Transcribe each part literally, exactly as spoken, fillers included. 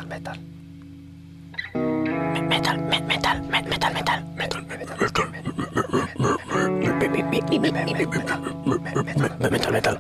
מטל. מטל, מטל, מטל, מטל. מטל, מטל. מטל, מטל.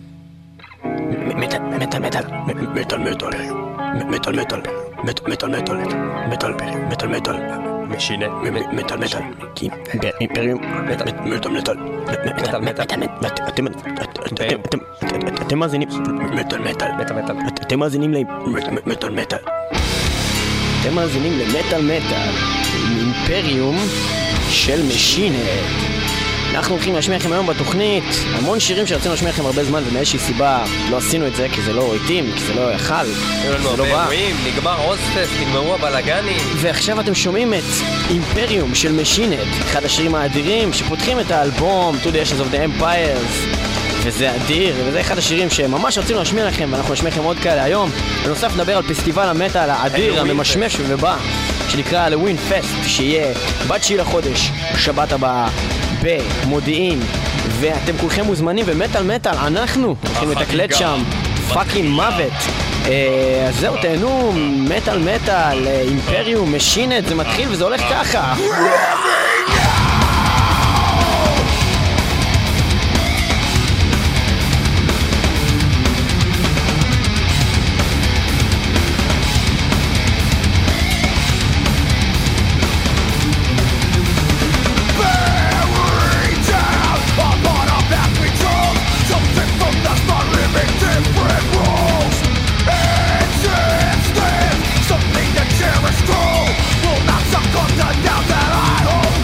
מטל, מטל, מטל. מטל, מטל. מטל, מטל. מטל, מטל. מטל, מטל, מטל. משינה. מטל, מטל. אימפריום. מטל, מטל. מטל, מטל. אתם, אתם, אתם מאזינים. מטל, מטל. מטל, מטל. אתם מאזינים למטל, מטל. אתם מאזינים למטל, מטל. אימפריום של משינד. אנחנו הולכים להשמיע לכם היום בתוכנית המון שירים שרצינו להשמיע לכם הרבה זמן, ומאיזושהי סיבה לא עשינו את זה, כי זה לא התאים, כי זה לא יכל, זה לא בא. נגמר אוזפסט, נגמרו הבלגנים. ועכשיו אתם שומעים את אימפריום של משינד, אחד השירים האדירים שפותחים את האלבום To the Ashes of the Empires, וזה אדיר, וזה אחד השירים שממש רצינו להשמיע לכם, ואנחנו נשמיע לכם עוד כאלה היום. בנוסף נדבר על פסטיבל המטל האדיר, הממשמש ובא, שנקרא הלווין פסט, שיהיה בתשיעי לחודש, שבת הבאה במודיעין, ואתם כולכם מוזמנים. ומטל מטל, אנחנו הולכים לתקלט שם פאקינג מוות. אז זהו, תהנו, מטל מטל, אימפריום, משינד, זה מתחיל וזה הולך ככה. Something that terrorists cruel will not succumb to doubt that I hold.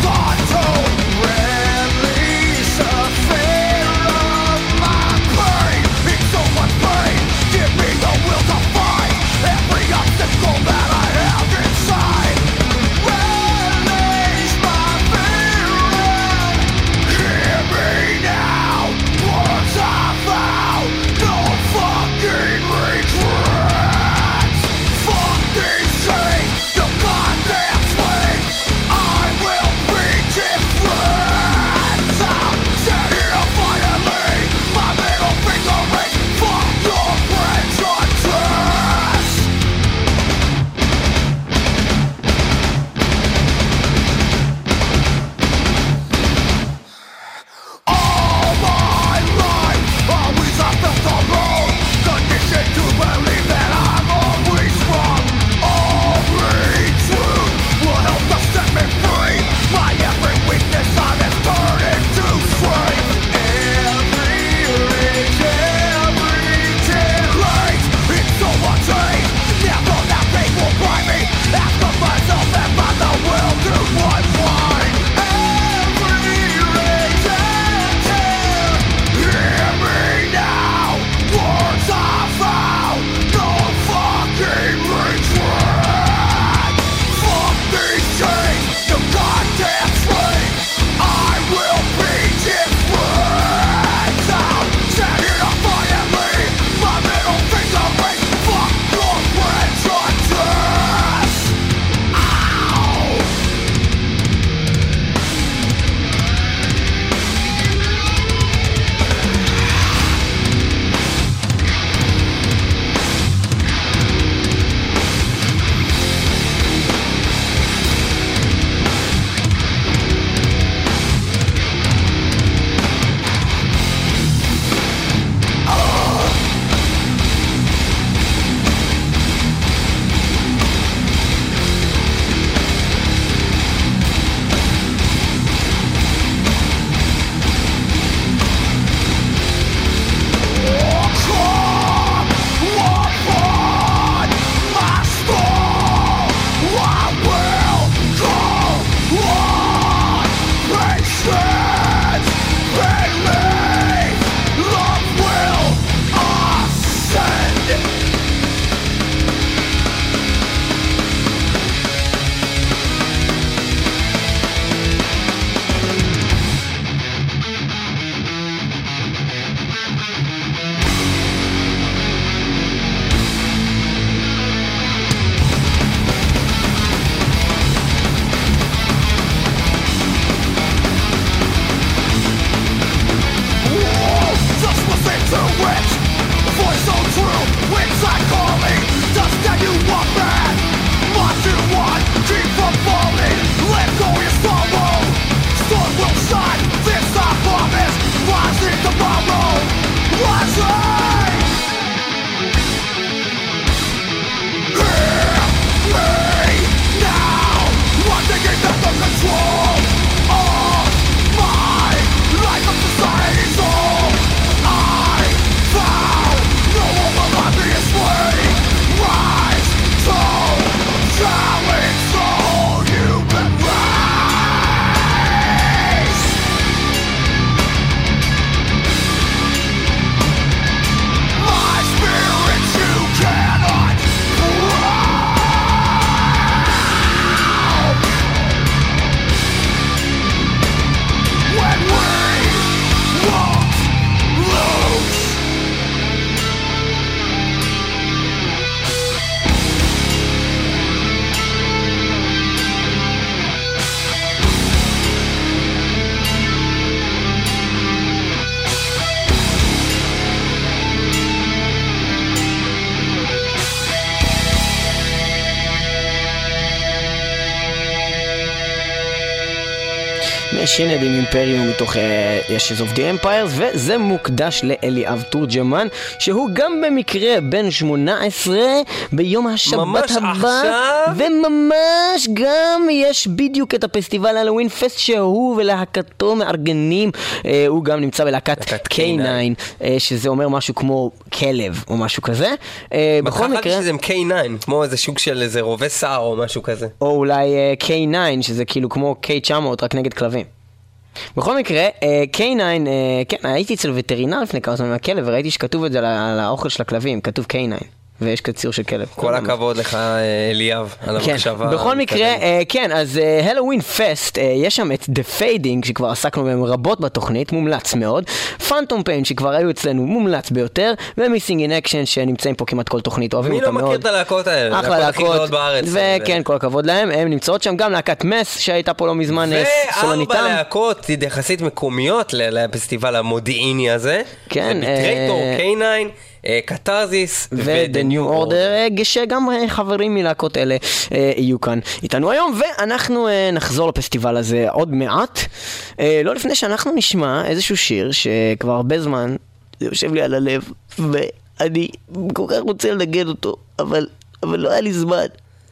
משינד עם אימפריום מתוך Ashes of the Empires, וזה מוקדש לאליאב תורג'מן, שהוא גם במקרה בן שמונה עשרה ביום השבת הבא. עכשיו? וממש גם יש בדיוק את הפסטיבל הלווין פסט שהוא ולהקתו מארגנים. אה, הוא גם נמצא בלהקת קיי ניין, אה, שזה אומר משהו כמו כלב או משהו כזה. אה, בכל מקרה... שזה עם קיי ניין, כמו איזה שוק של איזה רובה סער או משהו כזה. או אולי אה, קיי ניין, שזה כאילו כמו קיי תשע מאות רק נגד כלבים. בכל מקרה, קיי ניין, כן, הייתי אצל וטרינר לפני כמה זמן מהכלב וראיתי שכתוב את זה על האוכל של הכלבים, כתוב קיי ניין. ויש כציר של כלב. כל הכבוד לך אליאב על המחשבה. בכל מקרה, כן, אז הלווין פסט, יש שם את The Fading שכבר עסקנו בהם רבות בתוכנית, מומלץ מאוד, פנטום פיין שכבר היו אצלנו מומלץ ביותר, ומיסינג אין אקשן שנמצאים פה כמעט כל תוכנית, אוהבים אותם מאוד. מי לא מכיר את הלהקות האלה? אחלה להקות, וכן, כל הכבוד להם, הם נמצאות שם, גם להקת מס שהייתה פה לא מזמן סולניתם. וארבע להקות יחסית מקומיות לפסטיבל המודיעיני הזה. כן. ביטרייטור, קיי ניין, קטרזיס ו-The New Order, שגם חברים מלהקות אלה יהיו כאן איתנו היום, ואנחנו נחזור לפסטיבל הזה עוד מעט, לא לפני שאנחנו נשמע איזשהו שיר שכבר הרבה זמן זה יושב לי על הלב, ואני כל כך רוצה לנגן אותו, אבל, אבל לא היה לי זמן,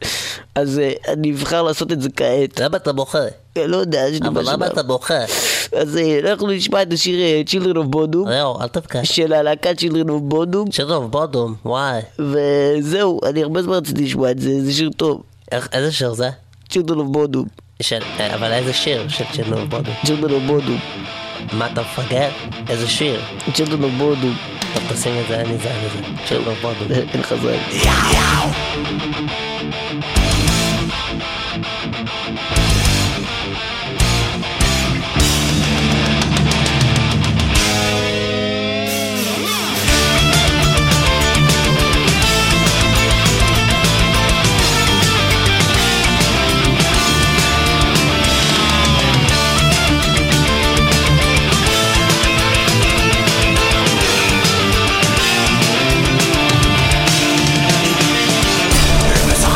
אז אני אבחר לעשות את זה כעת. למה אתה בוכה? לא יודע, אבל למה אתה בוכה? אז אנחנו נשמע את השיר Children of Bodom. זהו, אל תבכה. של הלהקת Children of Bodom. Children of Bodom, וואי. וזהו, אני הרבה זמן רציתי לשמוע את זה, זה שיר טוב. איזה שיר זה? Children of Bodom. אבל איזה שיר של Children of Bodom? Children of Bodom. מה אתה מפגר? איזה שיר? Children of Bodom. טוב, תשים את זה, אני זה, אני זה. Children of Bodom. אין חזק. In this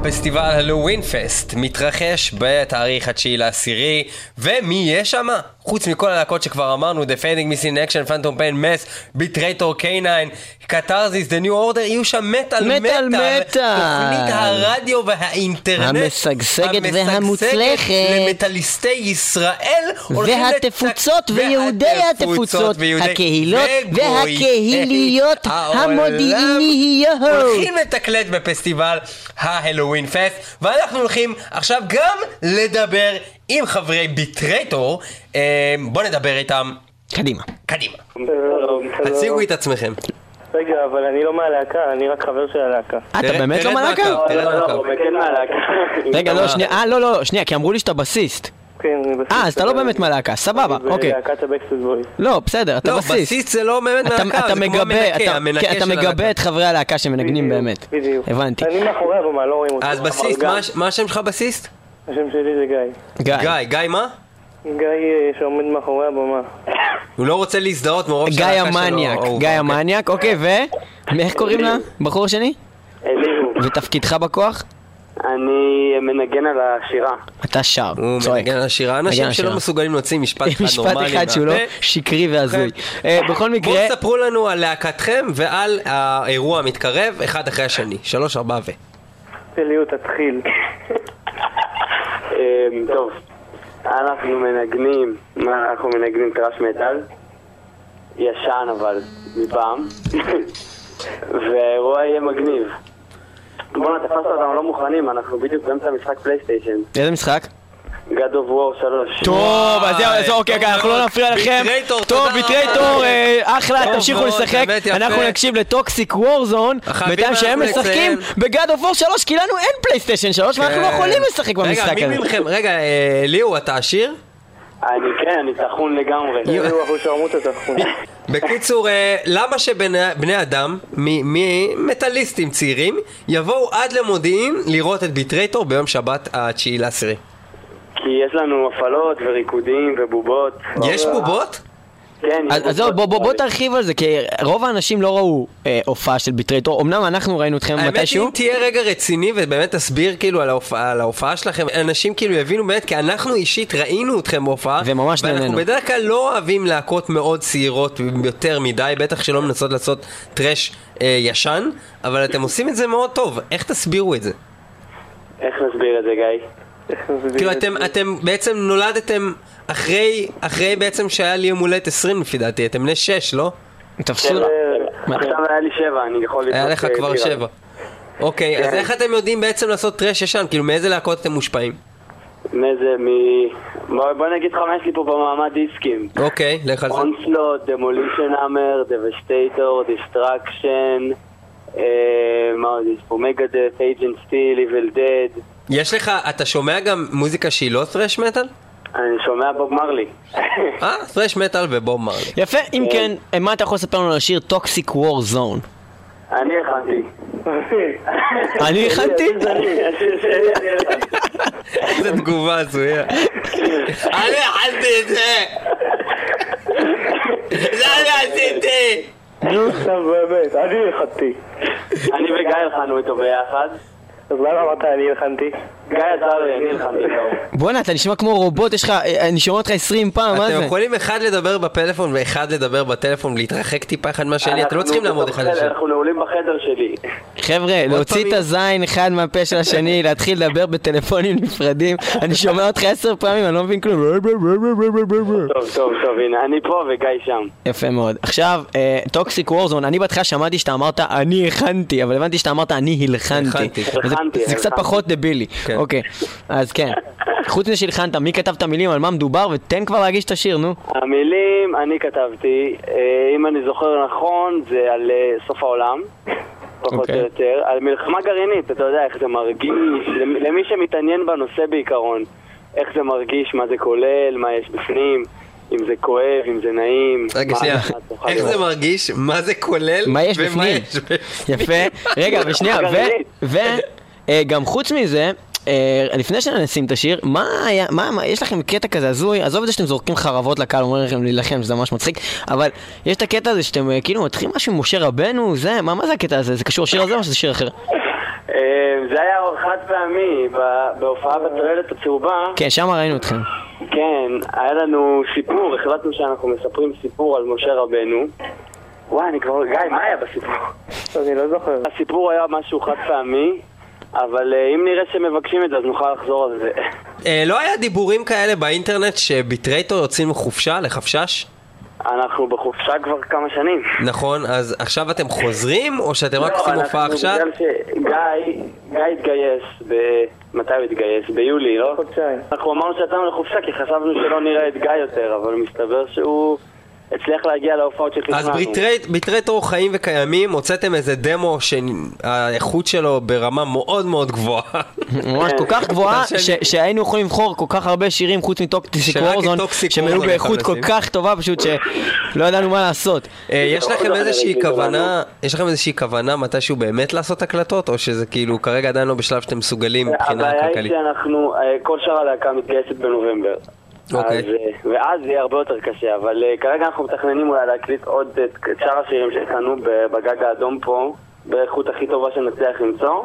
פסטיבל הלואוין פסט מתרחש בתאריך התשיעי לעשירי, ומי יש שם? חוץ מכל הלהקות שכבר אמרנו, The Fading Missing Action, Phantom Pain, Mess, Betraytor, Canine, Catharsis, The New Order, יהיו שם מטל מטל מטל, תוכנית הרדיו והאינטרנט המשגשגת והמוצלחת למטליסטי ישראל והתפוצות ויהודי התפוצות, הקהילות והקהיליות המודיעיניות הולכים לתקלט בפסטיבל ההלואוין פסט, ואנחנו הולכים עכשיו גם לדבר עם חברי ביטרייטור. בוא נדבר איתם. קדימה. קדימה. הציגו את עצמכם. רגע, אבל אני לא מהלהקה, אני רק חבר של הלהקה. אתה באמת לא מהלהקה? תראה לא, מהקו. לא, כן מהלהקה. רגע, לא, שנייה, אה, לא, לא, שנייה, כי אמרו לי שאתה בסיסט. כן, אני בסיסט. אה, אז אתה לא באמת מהלהקה, סבבה, אוקיי. בלהקת הבקסטריט בויז. לא, בסדר, אתה לא, בסיסט. בסיסט זה לא באמת אתה- מהלהקה, אתה זה כמו מגבה, המנקה, אתה- המנקה כן, אתה של מגבה הלהקה. את חברי הלהקה שמנגנים באמת. בדיוק. הבנתי. אני מאחורי הבמה, לא רואים אותי. אז בסיסט, אבל מה גיא. הש- מה השם שלך בסיסט? השם שלי זה גיא. גיא. גיא, גיא מה? גיא אה, שעומד מאחורי הבמה. הוא לא רוצה להזדהות מרוב גיא שהלהקה שלו המניאק, אהובה. גיא המניאק, אוקיי, ו? איך קוראים לה? בחור השני? אליהו. ותפקידך בכוח? אני מנגן על השירה. אתה שר, הוא צועק. מנגן על השירה, מנגן אנשים על שלא שירה. מסוגלים להוציא משפט אחד משפט נורמלי אחד שהוא לא מהפה. שקרי והזוי. אה, בכל מקרה, בואו ספרו לנו על להקתכם ועל האירוע המתקרב אחד אחרי השני. שלוש, ארבע ו... אליהו, תתחיל. טוב, אנחנו מנגנים, אנחנו מנגנים טראש מטל, ישן אבל, מפעם, והאירוע יהיה מגניב. בואו נתפס אותנו לא מוכנים, אנחנו בדיוק באמצע משחק פלייסטיישן. איזה משחק? God of War שלוש. טוב, אז יאללה, אז אוקיי, אנחנו לא נפריע לכם. ביטרייטור, טוב, תודה ביטרייטור, רבה. אה, אחלה, טוב תמשיכו מאוד, לשחק. באמת יפה. אנחנו נקשיב לטוקסיק וורזון, חייבים בינתיים שהם אנחנו משחקים לציין. בגד אוף וור שלוש, כי לנו אין פלייסטיישן שלוש, ואנחנו לא יכולים לשחק במשחק רגע, הזה. מי מכם, רגע, אה, ליאו, אתה עשיר? אני כן, אני תחון לגמרי. אליהו, אחו שרמוט התחון. בקיצור, אה, למה שבני אדם, ממטליסטים צעירים, יבואו עד למודיעין לראות את ביטרייטור ביום שבת התשיעי לעשירי? כי יש לנו הפעלות וריקודים ובובות. יש בובות? כן, יש אז אז זהו, בוא- בוא בוא בובות. תרחיב על זה, כי רוב האנשים לא ראו אה, הופעה של ביטרייטור. אמנם אנחנו ראינו אתכם האמת היא, מתישהו. אם תהיה רגע רציני ובאמת תסביר כאילו על ההופעה, על ההופעה שלכם, אנשים כאילו יבינו באמת, כי אנחנו אישית ראינו אתכם בהופעה, וממש ואנחנו נהנינו. בדרך כלל לא אוהבים להקות מאוד צעירות יותר מדי, בטח שלא מנסות לעשות טרש אה, ישן, אבל אתם עושים את זה מאוד טוב. איך תסבירו את זה? איך נסביר את זה, גיא? כאילו אתם, אתם בעצם נולדתם אחרי, אחרי בעצם שהיה לי יום הולדת עשרים לפי דעתי, אתם בני שש, לא? תפסו לה. עכשיו היה לי שבע, אני יכול לקרוא... היה לך כבר שבע. אוקיי, אז כן. איך אתם יודעים בעצם לעשות טרש ישן? כאילו מאיזה להקות אתם מושפעים? מאיזה, מ... בוא, בוא נגיד לך מה יש לי פה במעמד דיסקים. אוקיי, לך על זה. אונסלוט, דמולישן האמר, דבסטייטור, דיסטרקשן, מה עוד יש פה? מגדף, אייג'נט סטיל, איבל דד. יש לך, אתה שומע גם מוזיקה שהיא לא טרש מטל? אני שומע בוב מרלי. אה, טרש מטל ובוב מרלי. יפה, אם כן, מה אתה יכול לספר לנו על השיר טוקסיק וור זון? אני הכנתי. אני הכנתי? איזה תגובה הזויה. אני אכלתי את זה! זה אני עשיתי! נו, עכשיו באמת, אני הלחנתי. אני וגיא הלחנו איתו ביחד. אז למה אמרת אני הלחנתי? גיא עזר לי, אני הלחנתי איתו. בוא'נה, אתה נשמע כמו רובוט, יש לך, אני שומע אותך עשרים פעם, מה אתם זה? יכולים אחד לדבר בפלאפון ואחד לדבר בטלפון ולהתרחק טיפה אחד מהשני, אתם לא צריכים לעמוד אחד לשני. אנחנו נעולים בחדר שלי. חבר'ה, להוציא פעמים. את הזין אחד מהפה של השני, להתחיל לדבר בטלפונים נפרדים, אני שומע אותך עשר פעמים, אני לא מבין כלום. טוב, טוב, טוב, הנה, אני פה וגיא שם. יפה מאוד. עכשיו, טוקסיק וורזון, אני בהתחלה שמעתי שאתה אמרת אני הכנתי, אבל הבנתי שאתה אמרת אני הלחנתי. הלחנתי. וזה- הלחנתי, זה קצת הלחנתי. פחות דבילי. כן. אוקיי, אז כן. חוץ מזה שהלחנת, מי כתב את המילים, על מה מדובר, ותן כבר להגיש את השיר, נו. המילים אני כתבתי, אה, אם אני זוכר נכון, זה על אה, סוף העולם, פחות אוקיי. או יותר, על מלחמה גרעינית, אתה יודע איך זה מרגיש, למ- למי שמתעניין בנושא בעיקרון, איך זה מרגיש, מה זה כולל, מה יש בפנים, אם זה כואב, אם זה נעים. רגע, מה- שנייה, מה תוכל איך זה לראות. מרגיש, מה זה כולל, מה יש ומה בפנים? יש בפנים. יפה. רגע, ושנייה, וגם חוץ מזה, אה, לפני שנשים את השיר, מה היה, מה, מה, יש לכם קטע כזה הזוי, עזוב את זה שאתם זורקים חרבות לקהל, אומרים לכם להילחם, שזה ממש מצחיק, אבל יש את הקטע הזה שאתם אה, כאילו מתחילים משהו עם משה רבנו, זה, מה, מה זה הקטע הזה? זה קשור לשיר הזה או שזה שיר אחר? זה היה חד פעמי, בהופעה בצוללת הצהובה. כן, שם ראינו אתכם. כן, היה לנו סיפור, החלטנו שאנחנו מספרים סיפור על משה רבנו. וואי, אני כבר... גיא, מה היה בסיפור? אני לא זוכר. הסיפור היה משהו חד פעמי, אבל אם נראה שמבקשים את זה, אז נוכל לחזור על זה. לא היה דיבורים כאלה באינטרנט שביטרייטור יוצאים מחופשה, לחפשש? אנחנו בחופשה כבר כמה שנים. נכון, אז עכשיו אתם חוזרים, או שאתם רק עושים הופעה עכשיו? לא, אנחנו בגלל שגיא, גיא התגייס, מתי הוא התגייס? ביולי, לא? חודשיים. אנחנו אמרנו שיצאנו לחופשה כי חשבנו שלא נראה את גיא יותר, אבל מסתבר שהוא הצליח להגיע להופעות שחשבנו. אז ביטרייטור חיים וקיימים, הוצאתם איזה דמו שהאיכות שלו ברמה מאוד מאוד גבוהה. ממש כל כך גבוהה שהיינו יכולים לבחור כל כך הרבה שירים חוץ מטוקסיק וורזון שמלאו באיכות כל כך טובה פשוט שלא ידענו מה לעשות. יש לכם איזושהי כוונה, יש לכם איזושהי כוונה מתישהו באמת לעשות הקלטות, או שזה כאילו כרגע עדיין לא בשלב שאתם מסוגלים מבחינה כלכלית? הבעיה היא שאנחנו, כל שאר הלהקה מתגייסת בנובמבר. אוקיי. אז, ואז זה יהיה הרבה יותר קשה, אבל כרגע אנחנו מתכננים אולי להקליט עוד את שאר השירים שהתחנו בגג האדום פה, באיכות הכי טובה שנצליח למצוא.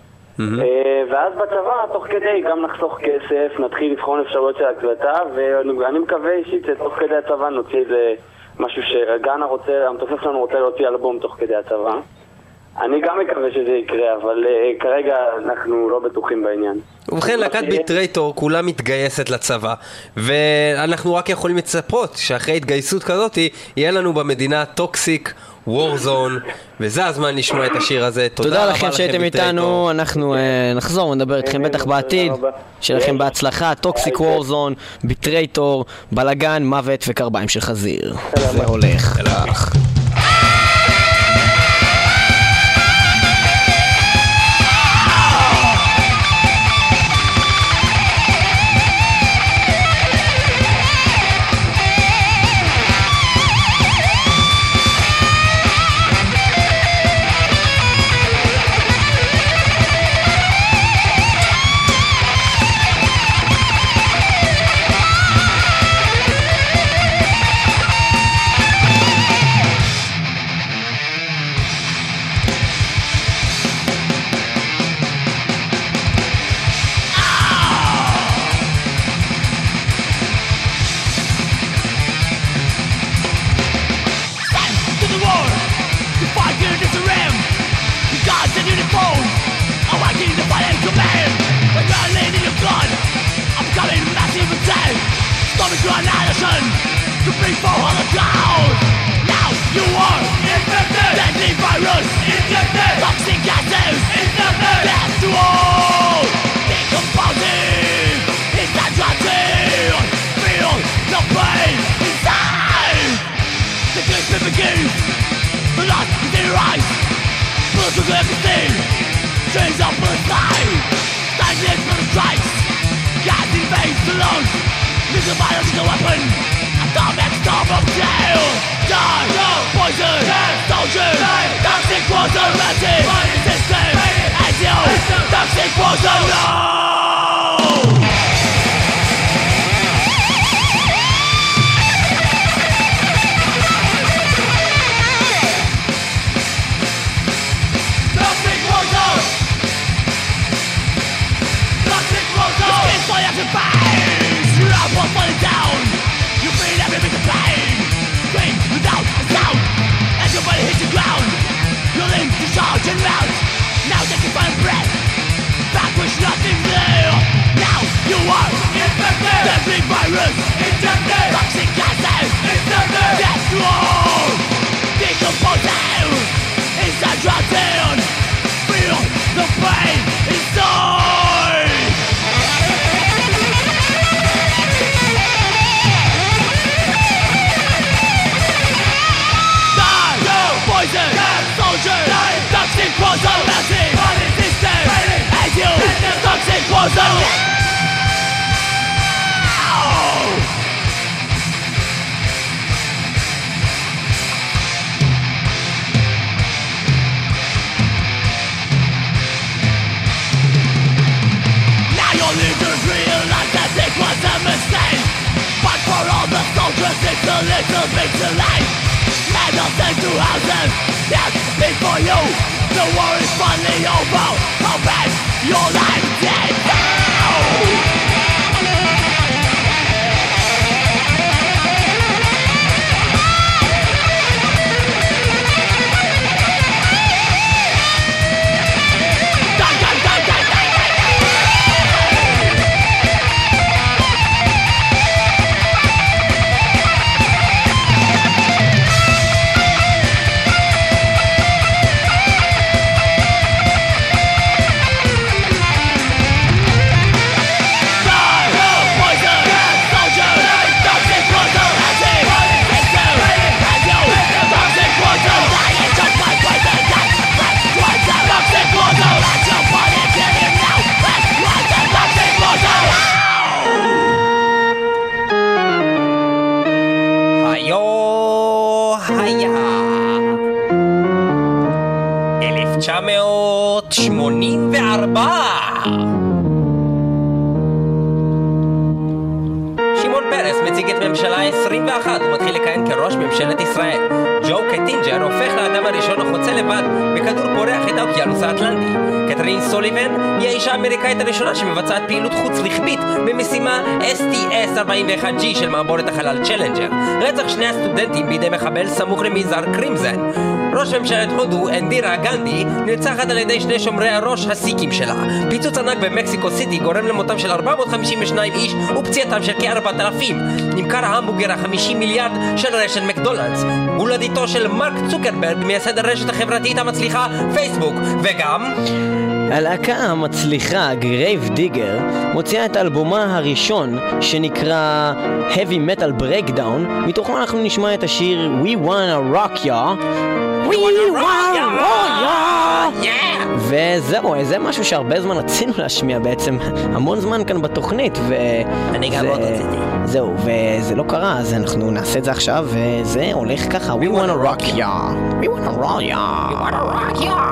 ואז בצבא, תוך כדי, גם נחסוך כסף, נתחיל לבחון אפשרויות של הקלטה, ואני מקווה אישית שתוך כדי הצבא נוציא איזה משהו שגאנה רוצה, המתופף שלנו רוצה להוציא אלבום תוך כדי הצבא. אני גם מקווה שזה יקרה, אבל uh, כרגע אנחנו לא בטוחים בעניין. ובכן, להקת ביטרייטור כולה מתגייסת לצבא, ואנחנו רק יכולים לצפות שאחרי התגייסות כזאת יהיה לנו במדינה טוקסיק וורזון, וזה הזמן לשמוע את השיר הזה. תודה, תודה לכם שהייתם איתנו, אנחנו uh, נחזור ונדבר איתכם בטח בעתיד. שלכם בהצלחה, טוקסיק וורזון, ביטרייטור, בלגן, מוות וקרביים של חזיר. זה הולך. הלך. Yes, it's for you. The war is fun. תשע מאות שמונים וארבע. שמעון פרס מציג את ממשלה ה-עשרים ואחת ומתחיל לכהן כראש ממשלת ישראל. ג'ו קטינג'ר הופך לאדם הראשון החוצה לבד בכדור פורח את האוקיינוס האטלנטי. קתרין סוליבן היא האישה האמריקאית הראשונה שמבצעת פעילות חוץ רכבית במשימה אס טי אס ארבעים ואחת ג'י של מעבורת החלל צ'לנג'ר. רצח שני הסטודנטים בידי מחבל סמוך למנזר קרימזן. ראש ממשלת הודו, אינדירה גנדי, נרצחת על ידי שני שומרי הראש הסיקים שלה. פיצוץ ענק במקסיקו סיטי גורם למותם של ארבע מאות חמישים ושניים איש ופציעתם של כ-ארבעת אלפים. נמכר ההמבורגר ה-חמישים מיליארד של רשת מקדונלדס. הולדתו של מרק צוקרברג, מייסד הרשת החברתית המצליחה פייסבוק. וגם הלהקה המצליחה גרייב דיגר מוציאה את אלבומה הראשון שנקרא Heavy Metal Breakdown. מתוכו אנחנו נשמע את השיר We Wanna Rock Ya. We Wanna Rock Ya. וזהו, זה משהו שהרבה זמן רצינו להשמיע בעצם, המון זמן כאן בתוכנית, ו... אני גם מאוד רציתי. זהו, וזה לא קרה, אז אנחנו נעשה את זה עכשיו, וזה הולך ככה. We Wanna Rock Ya. We Wanna Rock Ya. We Wanna Rock Ya.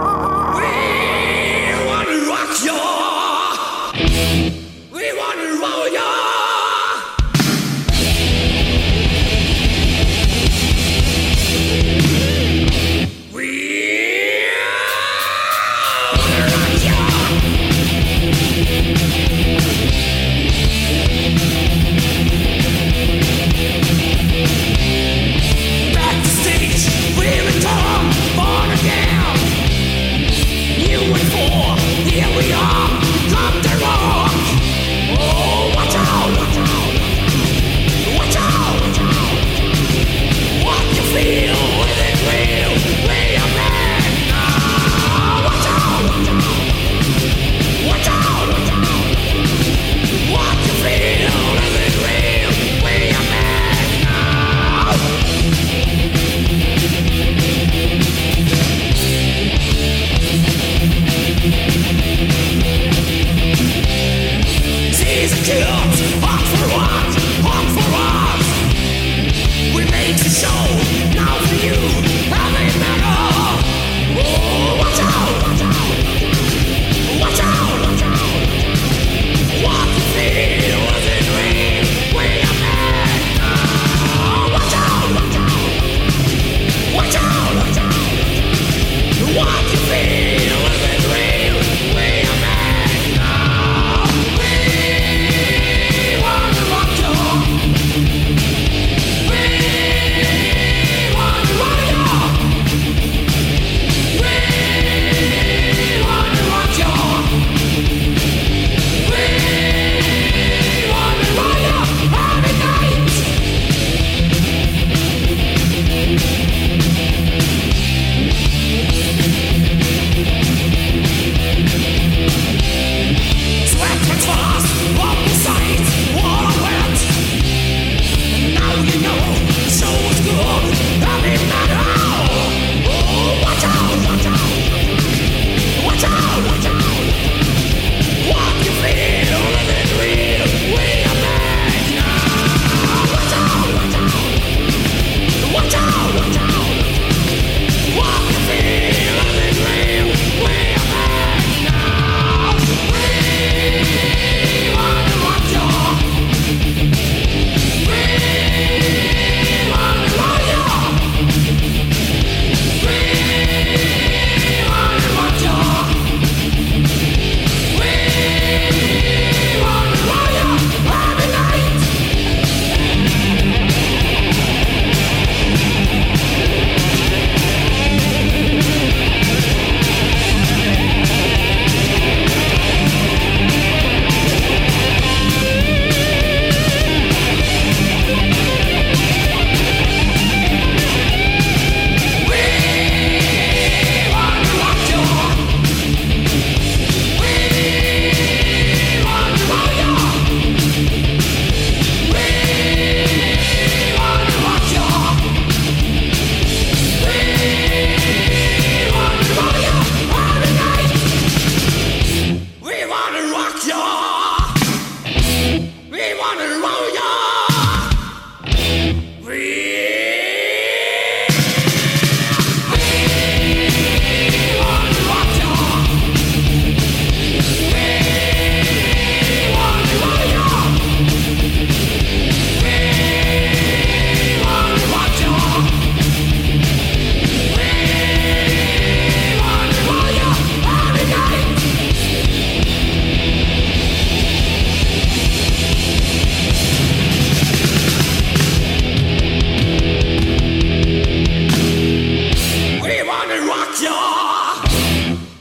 We wanna roll ya. Backstage, we return, born again.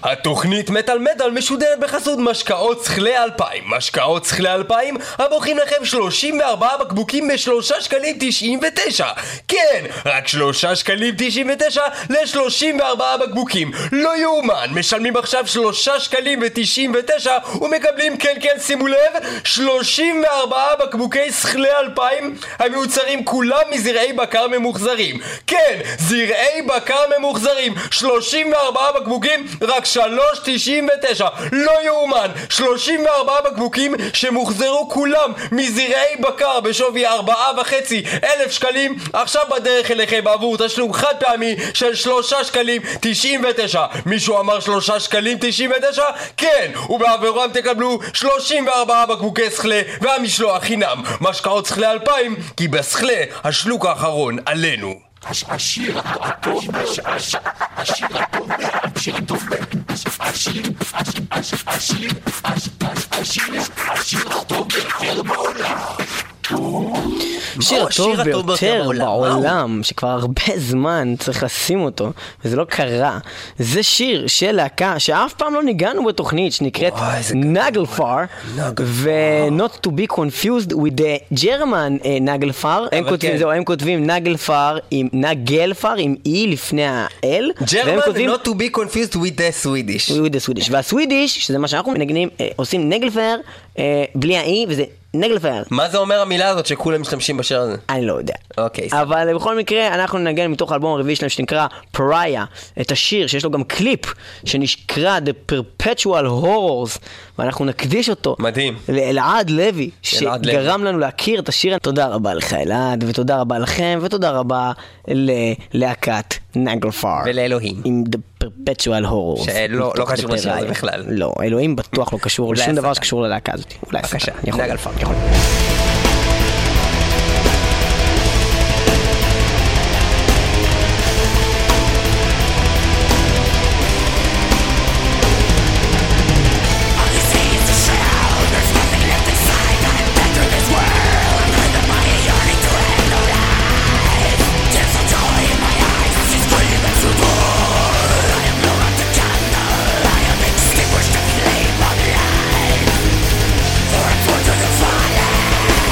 התוכנית מטל מדל משודרת בחסות משקאות שכלי אלפיים. משקאות שכלי אלפיים המוכרים לכם שלושים וארבעה בקבוקים בשלושה שקלים תשעים ותשע. כן, רק שלושה שקלים תשעים ותשע ל-שלושים וארבעה בקבוקים. לא יאומן, משלמים עכשיו שלושה שקלים ותשעים ותשע ומקבלים כן כן שימו לב שלושים וארבעה בקבוקי שכלי אלפיים המיוצרים כולם מזרעי בקר ממוחזרים. כן, זרעי בקר ממוחזרים, שלושים וארבעה בקבוקים רק שלוש תשעים ותשע. לא יאומן, שלושים וארבעה בקבוקים שמוחזרו כולם מזרעי בקר בשווי ארבעה וחצי אלף שקלים עכשיו בדרך אליכם בעבור תשלום חד פעמי של שלושה שקלים תשעים ותשע. מישהו אמר שלושה שקלים תשעים ותשע? כן, ובעבורם תקבלו שלושים וארבעה בקבוקי שכלי והמשלוח חינם. משקאות שכלי אלפיים, כי בשכלי השלוק האחרון עלינו. השיר הטוב, השיר הטוב, השיר הטוב, השיר, השיר, השיר, השיר הטוב ביותר בעולם. השיר הטוב ביותר בעולם, שכבר הרבה זמן צריך לשים אותו, וזה לא קרה. זה שיר של להקה שאף פעם לא ניגענו בתוכנית, שנקראת נגלפאר, ו-not to be confused with the German נגלפאר. הם כותבים נגלפאר עם נגלפאר עם אי לפני האל. German not to be confused with the Swedish. with the Swedish. והסווידיש, שזה מה שאנחנו מנגנים, עושים נגלפאר בלי האי, וזה נגלפאר. מה זה אומר המילה הזאת שכולם משתמשים בשיר הזה? אני לא יודע. אוקיי. אבל בכל מקרה אנחנו ננגן מתוך האלבום הרביעי שלהם שנקרא פריה, את השיר שיש לו גם קליפ שנקרא The Perpetual Horrors, ואנחנו נקדיש אותו. מדהים. לאלעד לוי, שגרם לנו להכיר את השיר. תודה רבה לך אלעד, ותודה רבה לכם, ותודה רבה ללהקת נגלפאר. ולאלוהים. עם The Perpetual Horrors. שלא לא קשור לשיר הזה בכלל. לא, אלוהים בטוח לא קשור לשום דבר שקשור ללהקה הזאת. אולי בבקשה, נגלפאר. יכול. For the fire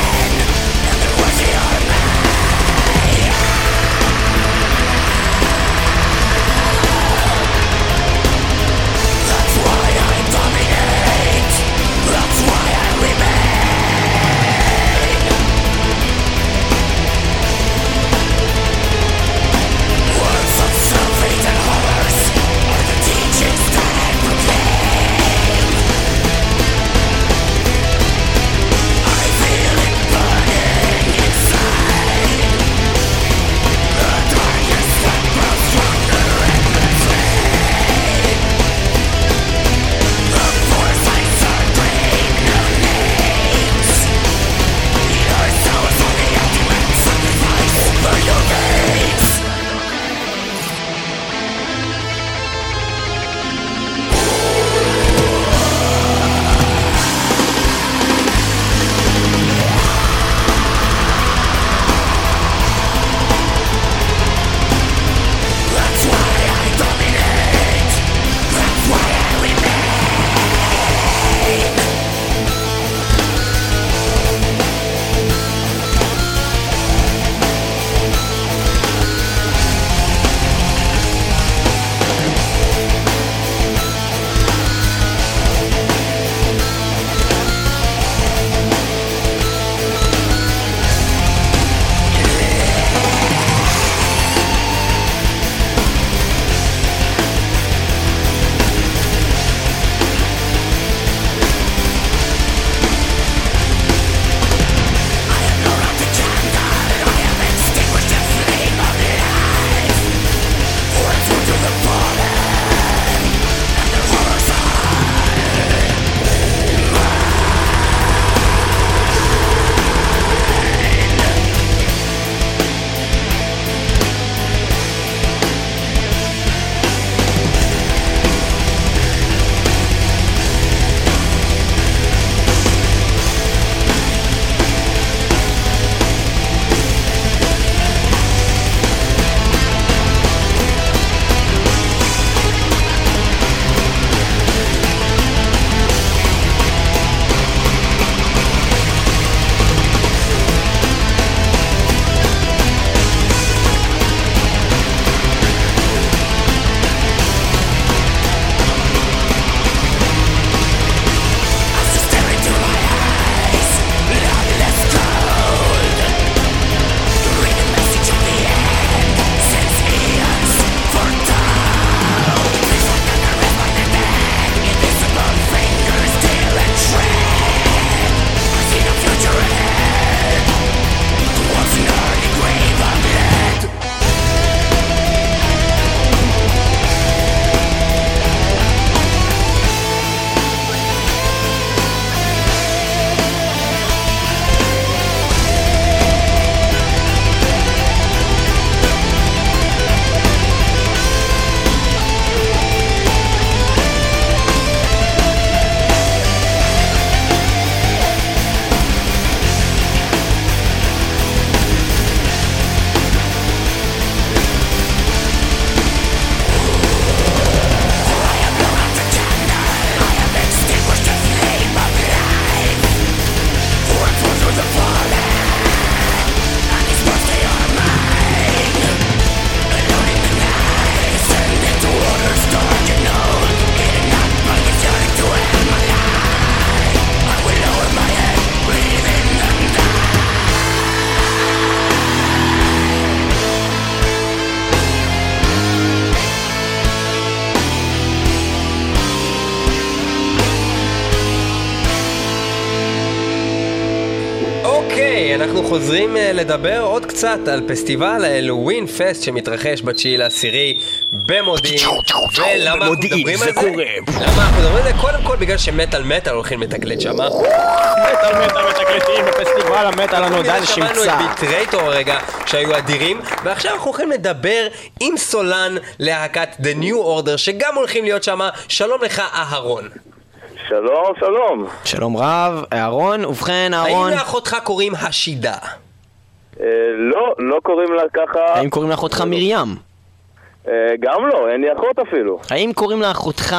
אנחנו חוזרים לדבר עוד קצת על פסטיבל ההלווין פסט שמתרחש בתשיעי לעשירי במודיעין. ולמה אנחנו מדברים על זה? למה אנחנו מדברים על זה? קודם כל בגלל שמטל מטל הולכים לתקלט שמה. מטל מטל מתקלטים בפסטיבל המטל הנודע לשמצה. שמענו את ביטרייטור הרגע שהיו אדירים, ועכשיו אנחנו הולכים לדבר עם סולן להקת The New Order שגם הולכים להיות שמה. שלום לך אהרון. שלום, שלום. שלום רב, אהרון, ובכן אהרון. האם לאחותך קוראים השידה? אה, לא, לא קוראים לה ככה. האם קוראים לאחותך מרים? אה, גם לא, אין לי אחות אפילו. האם קוראים לאחותך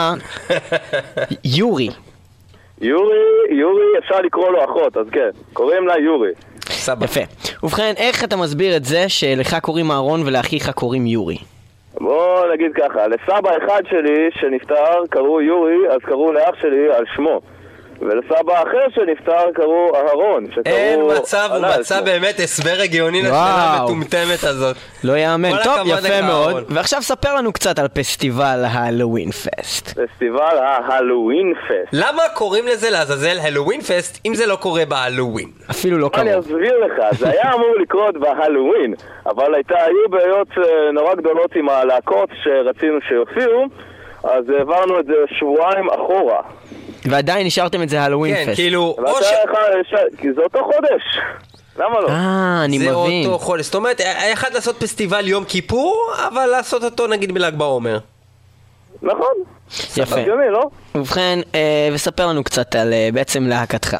יורי? יורי, יורי, אפשר לקרוא לו אחות, אז כן, קוראים לה יורי. סבא. יפה. ובכן, איך אתה מסביר את זה שלך קוראים אהרון ולאחיך קוראים יורי? בוא נגיד ככה, לסבא אחד שלי שנפטר קראו יורי, אז קראו לאח שלי על שמו. ולסבא אחר שנפטר קראו אהרון, שקראו... אין מצב, הוא מצא באמת הסבר הגיוני לשאלה המטומטמת הזאת. לא יאמן. טוב, יפה מאוד. ועכשיו ספר לנו קצת על פסטיבל ההלווין פסט. פסטיבל ההלווין פסט. למה קוראים לזה לעזאזל הלווין פסט אם זה לא קורה בהלווין? אפילו לא קרוב. אני אסביר לך, זה היה אמור לקרות בהלווין, אבל הייתה, היו בעיות נורא גדולות עם הלהקות שרצינו שיופיעו, אז העברנו את זה שבועיים אחורה. ועדיין נשארתם את זה הלווין פסט. כן, כאילו... כי זה אותו חודש. למה לא? אה, אני זה מבין. אותו חודש. זאת אומרת, היה אחד לעשות פסטיבל יום כיפור, אבל לעשות אותו נגיד בל"ג בעומר. נכון. יפה. הגיוני, לא? ובכן, אה, וספר לנו קצת על אה, בעצם להקתך.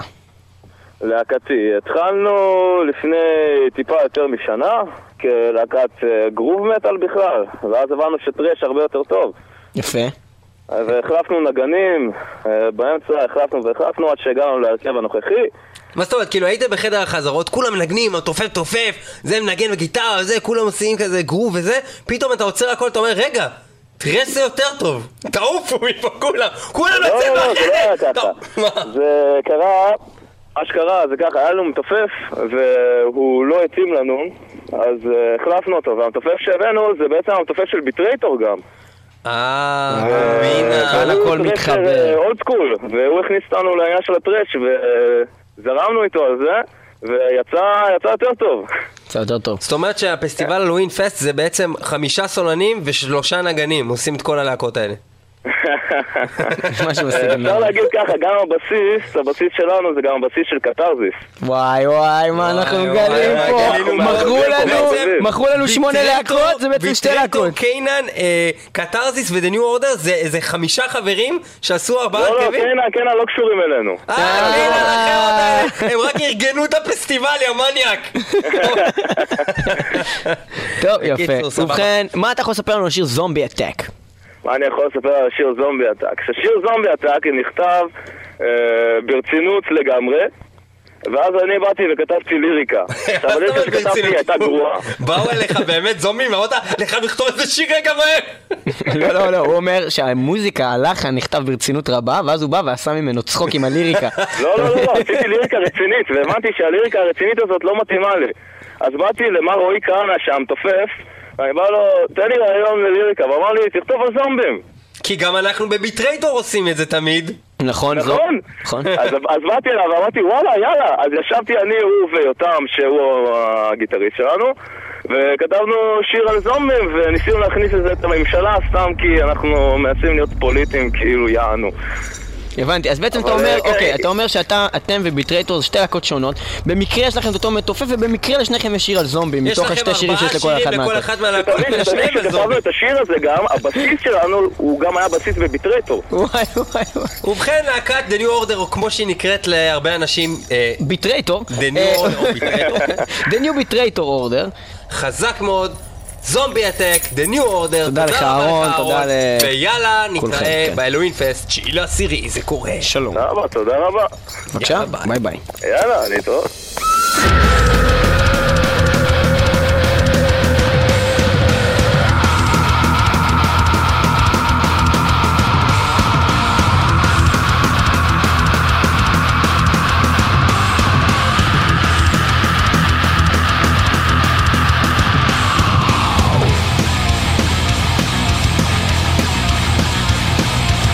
להקתי. התחלנו לפני טיפה יותר משנה, כלהקת אה, גרוב מטל בכלל, ואז הבנו שטרש הרבה יותר טוב. יפה. והחלפנו נגנים, באמצע החלפנו והחלפנו עד שהגענו להרכב הנוכחי. מה זאת אומרת, כאילו היית בחדר החזרות, כולם מנגנים, תופף תופף, זה מנגן בגיטרה וזה, כולם עושים כזה גרוב וזה, פתאום אתה עוצר הכל, אתה אומר, רגע, תראה זה יותר טוב, תעופו מפה כולם, כולם נצא מהחדר. זה קרה, מה שקרה זה ככה, היה לנו מתופף והוא לא התאים לנו, אז החלפנו אותו, והמתופף שהבאנו זה בעצם המתופף של ביטרייטור גם. אה, מינה. כאן הכל מתחבר. אולד סקול, והוא הכניס אותנו לעניין של הטרש וזרמנו איתו על זה, ויצא יותר טוב. יצא יותר טוב. זאת אומרת שהפסטיבל הלווין פסט זה בעצם חמישה סולנים ושלושה נגנים, עושים את כל הלהקות האלה. אפשר להגיד ככה, גם הבסיס, הבסיס שלנו זה גם הבסיס של קטרזיס. וואי וואי, מה אנחנו גלים פה? מכרו לנו שמונה להקות, זה בעצם שתי להקות. ביטרייטור, קיינן, קטרזיס ו-The New Order זה חמישה חברים שעשו ארבעה הרכבים? לא, לא, קיינן, קיינן לא קשורים אלינו. אה, קיינן, הם רק ארגנו את הפסטיבל, יא מניאק. טוב, יפה. ובכן, מה אתה יכול לספר לנו על שיר זומבי אטק? מה אני יכול לספר על השיר זומבי אטק? ששיר זומבי אטק נכתב אה, ברצינות לגמרי, ואז אני באתי וכתבתי ליריקה. עכשיו הליריקה שכתבתי הייתה גרועה. באו אליך באמת זומבים, אמרת לך לכתוב איזה שיר רגע מהר. לא, לא, לא, הוא אומר שהמוזיקה, הלחן נכתב ברצינות רבה, ואז הוא בא ועשה ממנו צחוק עם הליריקה. לא, לא, לא, עשיתי ליריקה רצינית, והבנתי שהליריקה הרצינית הזאת לא מתאימה לי. אז באתי למר רועי כהנא שם תופף, ואני בא לו, תן לי רעיון לליריקה, ואמר לי, תכתוב על זומבים. כי גם אנחנו בביטרייטור עושים את זה תמיד. נכון, זו. נכון. אז באתי אליו ואמרתי, וואלה, יאללה. אז ישבתי אני, הוא ויותם, שהוא הגיטריסט שלנו, וכתבנו שיר על זומבים, וניסינו להכניס את זה את הממשלה, סתם כי אנחנו מנסים להיות פוליטיים, כאילו יענו. הבנתי, אז בעצם אתה אומר, אוקיי, אתה אומר שאתה, אתם וביטרייטור זה שתי להקות שונות, במקרה יש לכם את אותו מתופף ובמקרה לשניכם יש שיר על זומבים, מתוך השתי שירים שיש לכל אחד מהלהקות. יש לכם ארבעה שירים לכל אחד מהלהקות, לשניהם על זומבים. כשכתבנו את השיר הזה גם, הבסיס שלנו הוא גם היה בסיס בביטרייטור. וואי וואי וואי. ובכן להקת The New Order, או כמו שהיא נקראת להרבה אנשים, ביטרייטור. The New Order או ביטרייטור. The New ביטרייטור Order. חזק מאוד. זומבי אטק, The New Order, תודה לך אהרון, תודה ל... ויאללה, נתראה בהלווין פסט, תשיעי לעשירי, זה קורה. שלום. תודה רבה, תודה רבה. בבקשה, ביי ביי. יאללה, להתראות.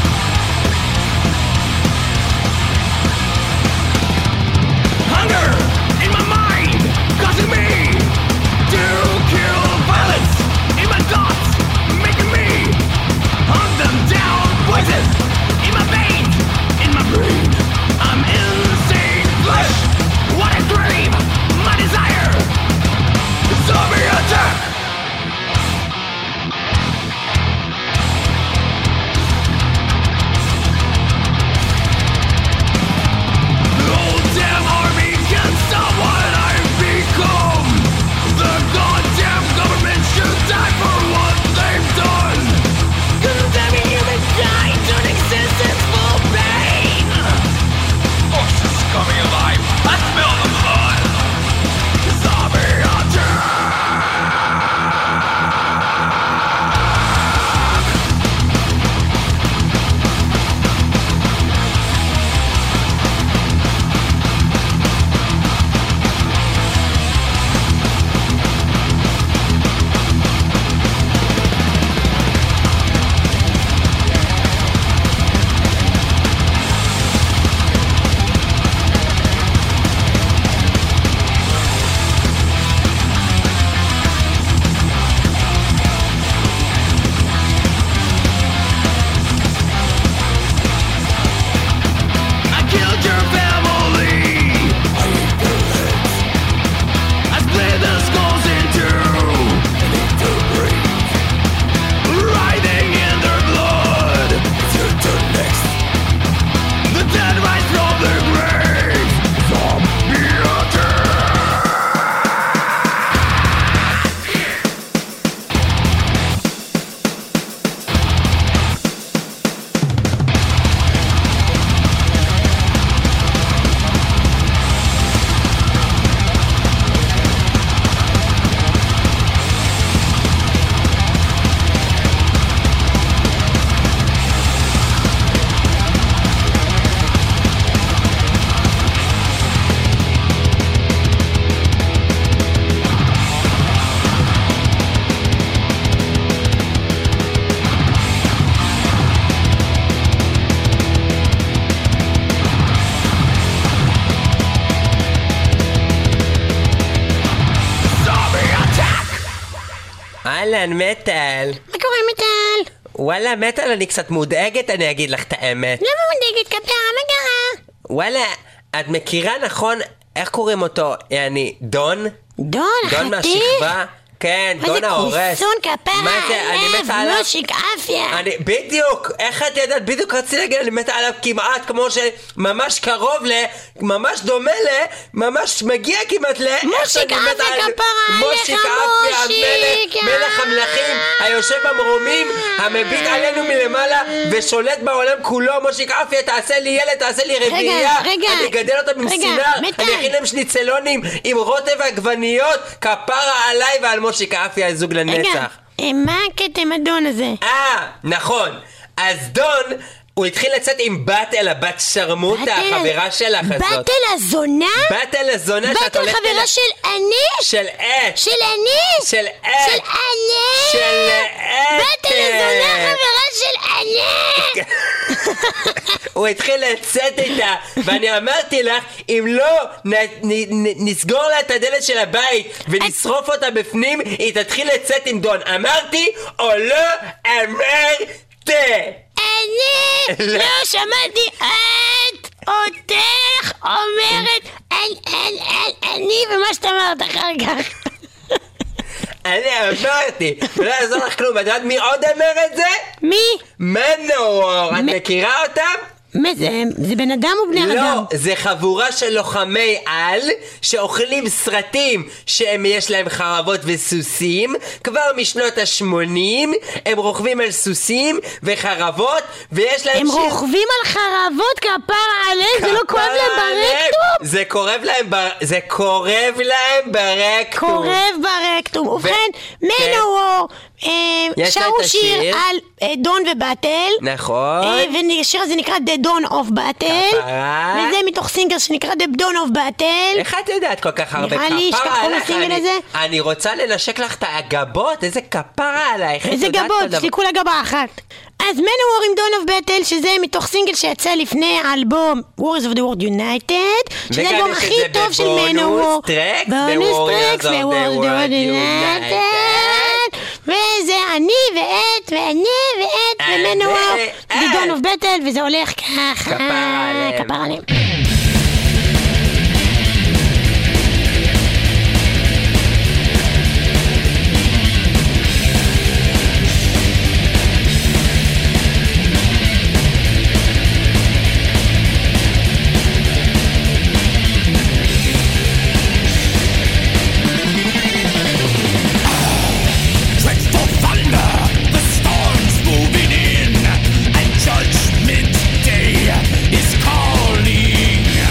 Hunger! אהלן, מטל. מה קורה, מטל? וואלה, מטל, אני קצת מודאגת, אני אגיד לך את האמת. למה מודאגת, כפרה? מה קרה? וואלה, את מכירה נכון, איך קוראים אותו? יעני, דון? דון, דון חתיך? מהשכבה? כן, דון ההורס. מה זה כוסון כפרה? מה זה, אני מתה עליו. מושיק אפיה. אני, בדיוק, איך את ידעת? בדיוק רציתי להגיד, אני מתה עליו כמעט כמו שממש קרוב ל... ממש דומה ל... ממש מגיע כמעט ל... מושיק אפיה כפרה, מושיק אפיה, המלך, מלך המלכים, היושב במרומים, המביט עלינו מלמעלה ושולט בעולם כולו. מושיק אפיה, תעשה לי ילד, תעשה לי רביעייה. רגע, אני אגדל אותם עם רגע, סינר, מטל. אני אכין להם שניצלונים עם רוטב ועגבניות, כפרה עליי ועל מושיק אפיה, זוג לנצח. רגע, אה, מה הקטע עם הדון הזה? אה, נכון. אז דון, הוא התחיל לצאת עם בתל, הבת שרמוטה, בתל- החברה שלך הזאת. בתל הזונה? בתל הזונה שאת בתל הולכת... חברה אליה- של אני? של עט. של אני? של עט. של אני? של עט. בתל הזונה חברה של אני? הוא התחיל לצאת איתה, ואני אמרתי לך, אם לא נ, נ, נ, נסגור לה את הדלת של הבית ונשרוף אותה בפנים, היא תתחיל לצאת עם דון. אמרתי או לא אמרתי? אני לא. לא שמעתי את אותך אומרת אני, אני, אני, אני ומה שאתה אמרת אחר כך. אני אמרתי, לא יעזור לך כלום. את יודעת מי עוד אמר את זה? מי? מנוור. את מ- מכירה אותם? מה זה? זה בן אדם או בני לא, אדם? זה חבורה של לוחמי על שאוכלים סרטים שיש להם חרבות וסוסים. כבר משנות ה-שמונים הם רוכבים על סוסים וחרבות, ויש להם הם שיר... רוכבים על חרבות כפרה עליהם? זה לא כואב להם כפרה עליהם. ברקטום? זה כואב להם בר... זה קורב להם ברקטום. קורב ברקטום. ובכן, כן. מנוור אה, יש לה שרו את השיר. שיר על אה, דון ובטל. נכון. אה, והשיר הזה נקרא The Dawn of Battle. כפרה. וזה מתוך סינגל שנקרא The Dawn of Battle. איך את יודעת כל כך הרבה? נראה לי כפרה שכך קוראים עלייך, לסינגל אני- הזה. אני רוצה לנשק לך את הגבות, איזה כפרה עלייך. איך איזה יודעת גבות, כל דבר? יש לי כולה גבה אחת. אז מנוור עם דון אוף בטל, שזה מתוך סינגל שיצא לפני האלבום Warriors of the World United, שזה וגם האלבום יש הכי את זה טוב של בבונוס מנוור. טרקס, בונוס ב-Warriors טרקס of the ב-World World United. United. וזה אני ואת ואני ואת אני ומנוור. ואת. זה דון אוף בטל וזה הולך ככה. כפרה עליהם. כפרה עליהם. Dreadful thunder, the storm's moving in, and Judgment Day is calling.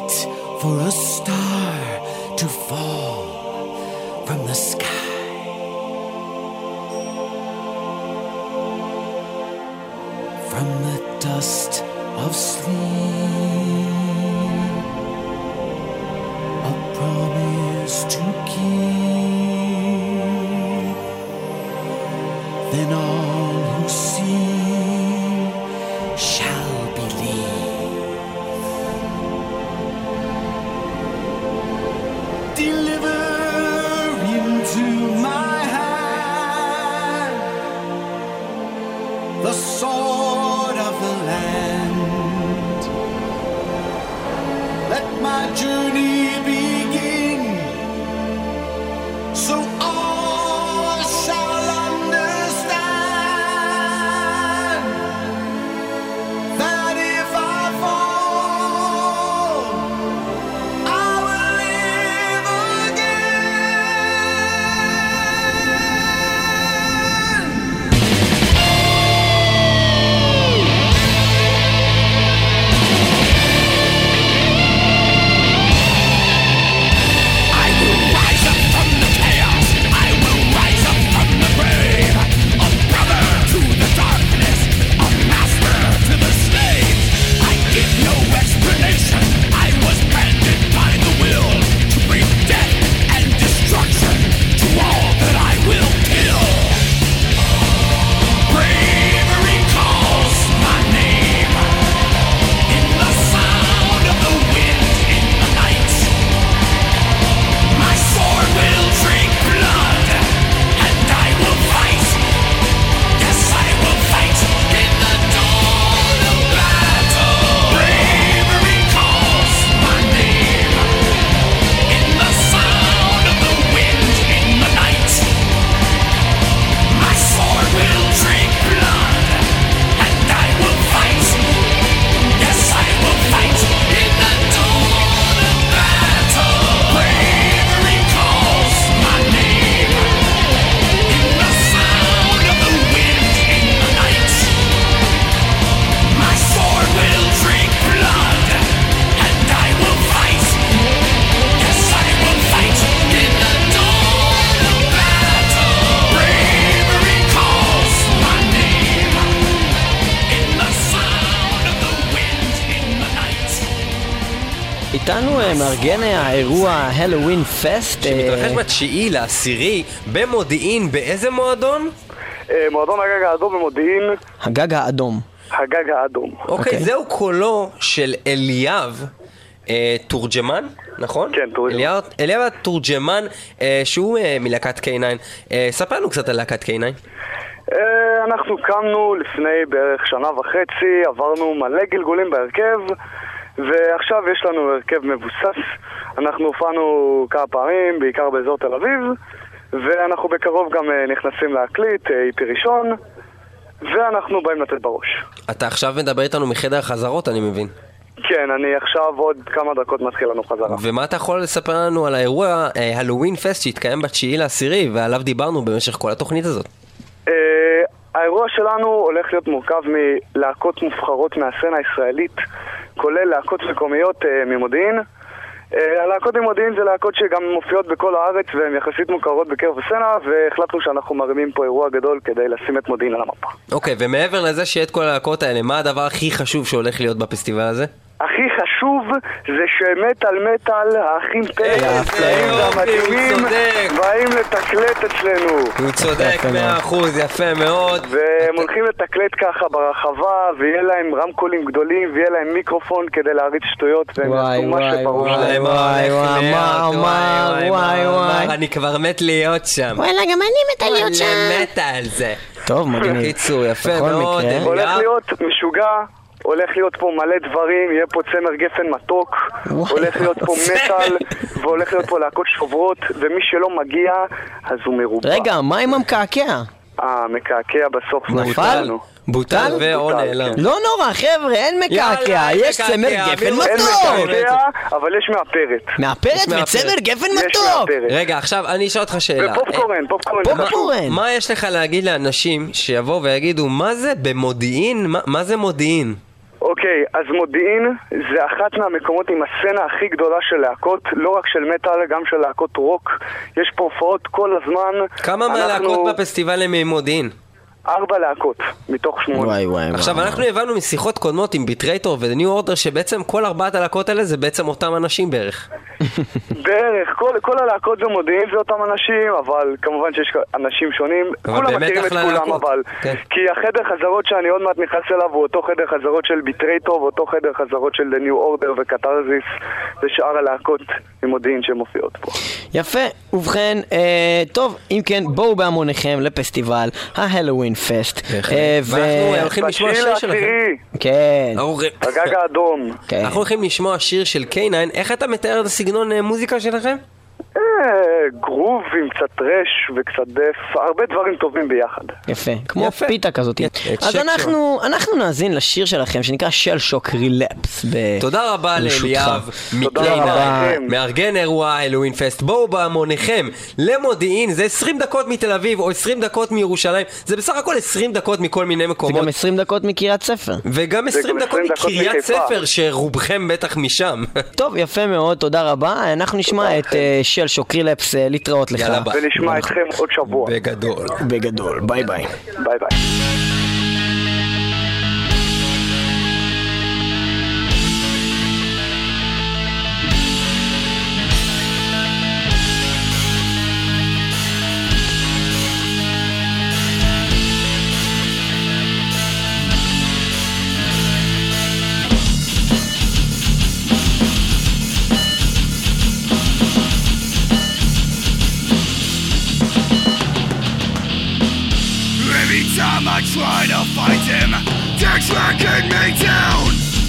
wait for a star to fall from the sky. From the dust of sleep, a promise to keep. Then all who see shall believe. Deliver into my hand the sword of the land. Let my journey begin, so all shall understand that if I fall, I will live again. I will rise up from the chaos. I will rise up from the grave. A brother to the darkness, a master to the slaves. I give no explanation. I was branded by the will to bring death and destruction to all that I will kill. Bravery calls my name in the sound of the wind in the night. My sword will drink blood, and I will fight. Yes, I will fight in the dawn of battle. Bravery calls my name in the sound of the wind in the night. My sword will drink blood, and I will fight. Yes, I will fight in the dawn of battle. Bravery calls my name in the sound of the wind in the night. My sword will drink blood, and I will fight. Yes, I will fight in the dawn of battle. Bravery calls my name in the sound of the wind in the night. איתנו אה, מארגן האירוע הלווין פסט. אה, שמתרחש בתשיעי לעשירי במודיעין, באיזה מועדון? מועדון הגג האדום במודיעין, הגג האדום. הגג האדום. אוקיי, אוקיי. זהו קולו של אליאב אה, תורג'מן, נכון? כן, תורג'מן. אליאב, אליאב התורג'מן, אה, שהוא אה, מלהקת קיי ניין. אה, ספר לנו קצת על להקת קיי ניין. אה, אנחנו קמנו לפני בערך שנה וחצי, עברנו מלא גלגולים בהרכב, ועכשיו יש לנו הרכב מבוסס. אנחנו הופענו כמה פעמים, בעיקר באזור תל אביב, ואנחנו בקרוב גם אה, נכנסים להקליט, אה, איפי ראשון, ואנחנו באים לתת בראש. אתה עכשיו מדבר איתנו מחדר החזרות, אני מבין. כן, אני עכשיו עוד כמה דקות מתחיל לנו חזרה. ומה אתה יכול לספר לנו על האירוע הלווין פסט שהתקיים בתשיעי לעשירי ועליו דיברנו במשך כל התוכנית הזאת? אה, האירוע שלנו הולך להיות מורכב מלהקות מובחרות מהסצנה הישראלית, כולל להקות מקומיות אה, ממודיעין. אה, הלהקות ממודיעין זה להקות שגם מופיעות בכל הארץ והן יחסית מוכרות בקרב הסצנה, והחלטנו שאנחנו מרימים פה אירוע גדול כדי לשים את מודיעין על המפה. אוקיי, ומעבר לזה שיהיה את כל הלהקות האלה, מה הדבר הכי חשוב שהולך להיות בפסטיבל הזה? הכי חשוב זה שמטל מטל, האחים פלג, הנפלאים יופי, הוא והמתאימים צודק. באים לתקלט אצלנו. הוא צודק מאה אחוז, יפה מאוד. והם הולכים לתקלט ככה ברחבה, ויהיה להם רמקולים גדולים, ויהיה להם מיקרופון כדי להריץ שטויות, והם וואי, יעשו מה וואי, שבראש וואי, להם. וואי, וואי, מה, וואי, מה, וואי, וואי, וואי. אני כבר מת להיות שם. וואלה, גם אני מתה להיות שם. אני מתה על זה. טוב, מגניב. קיצור, יפה בכל מאוד. מקרה. הולך אליאב. להיות משוגע, הולך להיות פה מלא דברים, יהיה פה צמר גפן מתוק, וואי, הולך להיות פה מטל, והולך להיות פה להקות שוברות, ומי שלא מגיע, אז הוא מרובע. רגע, מה עם המקעקע? המקעקע בסוף נפל? בוטל ואו בוטל, נעלם. לא נורא, חבר'ה, אין מקעקע, יאללה, אין יש מקעקע, צמר מי גפן רוצה? אין מתוק. מקעקע, אבל יש מאפרת. מאפרת יש מאפרת. וצמר גפן יש מתוק. מאפרת. רגע, עכשיו אני אשאל אותך שאלה. ופופקורן, פופקורן. זה חשוב. פופקורן. מה יש לך להגיד לאנשים שיבואו ויגידו, מה זה במודיעין? מה- מה זה מודיעין? אוקיי, אז מודיעין זה אחת מהמקומות עם הסצנה הכי גדולה של להקות, לא רק של מטאל, גם של להקות רוק. יש פה הופעות כל הזמן. כמה אנחנו... מהלהקות בפסטיבל הם ממודיעין? ארבע להקות, מתוך שמונה. וואי וואי. עכשיו, וואי. אנחנו הבנו משיחות קודמות עם ביטרייטור ו-The New Order שבעצם כל ארבעת הלהקות האלה זה בעצם אותם אנשים בערך. בערך, כל, כל הלהקות במודיעין זה אותם אנשים, אבל כמובן שיש אנשים שונים. כולם מכירים את כולם, אבל... כן. כי החדר חזרות שאני עוד מעט נכנס אליו הוא אותו חדר חזרות של ביטרייטור ואותו חדר חזרות של The New Order וקטרזיס ושאר הלהקות ממודיעין שמופיעות פה. יפה, ובכן, אה, טוב, אם כן, בואו בהמוניכם לפסטיבל ההלווין פסט. ואנחנו הולכים לשמוע שיר שלכם. כן. בגג האדום. אנחנו הולכים לשמוע שיר של קיי ניין. איך אתה מתאר את הסגנון מוזיקה שלכם? גרוב עם קצת טרש וקצת דף, הרבה דברים טובים ביחד. יפה, כמו פיתה כזאת. אז אנחנו אנחנו נאזין לשיר שלכם שנקרא של שוק רילפס. תודה רבה לאליאב מקיי ניין, מארגן אירוע הלווין פסט. בואו בהמוניכם למודיעין, זה עשרים דקות מתל אביב או עשרים דקות מירושלים, זה בסך הכל עשרים דקות מכל מיני מקומות. זה גם עשרים דקות מקריית ספר. וגם עשרים דקות מקריית ספר שרובכם בטח משם. טוב, יפה מאוד, תודה רבה. אנחנו נשמע את של שוק רילפס, להתראות לך. ונשמע אתכם עוד שבוע. בגדול. בגדול. ביי ביי. ביי ביי. Time I try to fight him, they're tracking me down.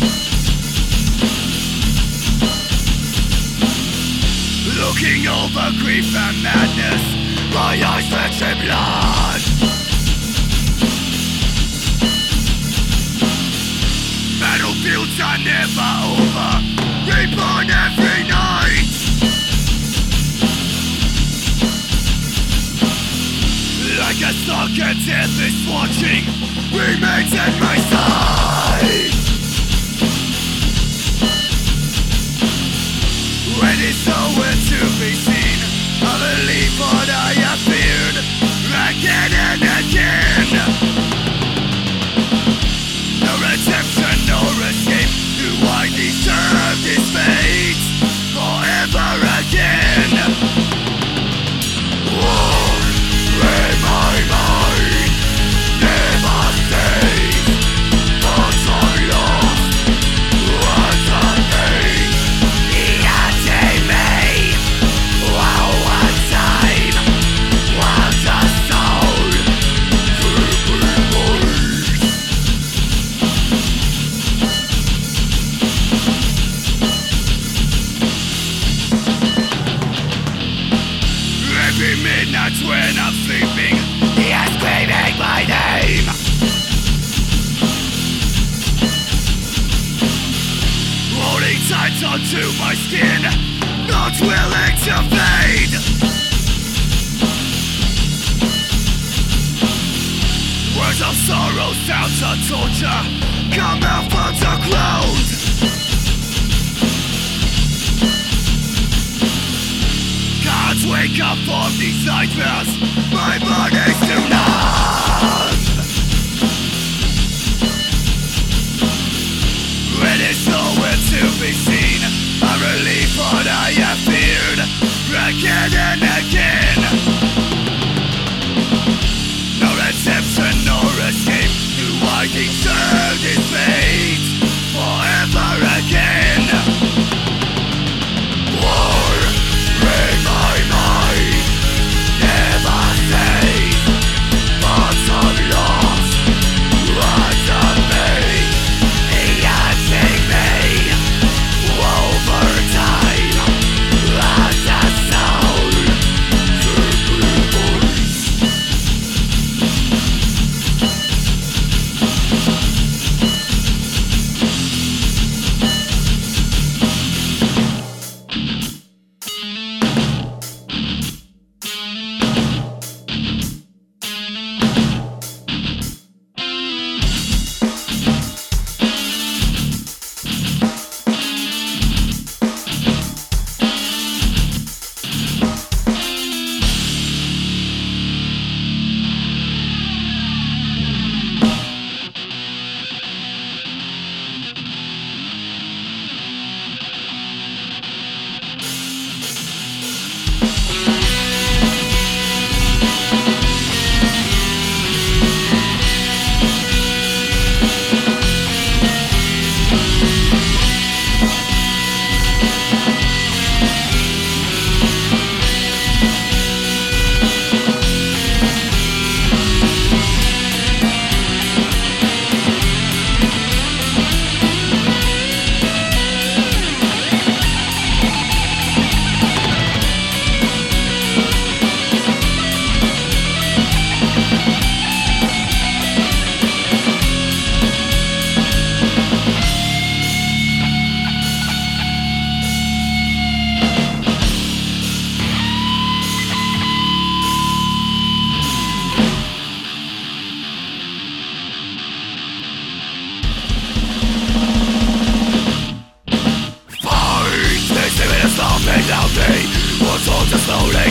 Looking over grief and madness, my eyes fetch in blood. Battlefields are never over, reborn every night. Like a socket tempest watching remains at my side. When it's nowhere to be seen, I believe what I have feared again and again. No redemption nor escape, do I deserve this fate forever again? Whoa. In my mind, never stays, but I'm lost, what a pain. He had taken me, wow, what time, what a soul, triple voice. Every midnight when I'm sleeping, he is screaming my name. Holding tight onto my skin, not willing to fade. Words of sorrow, sounds of torture, come out from the ground. Can't wake up from these nightmares, my body's too numb. When it's nowhere to be seen, I relieve what I have feared again and again. No redemption nor escape, do I deserve this fate forever again? War in my mind, never safe, but I'm lost, what a pain. He had taken me over time, what a soul,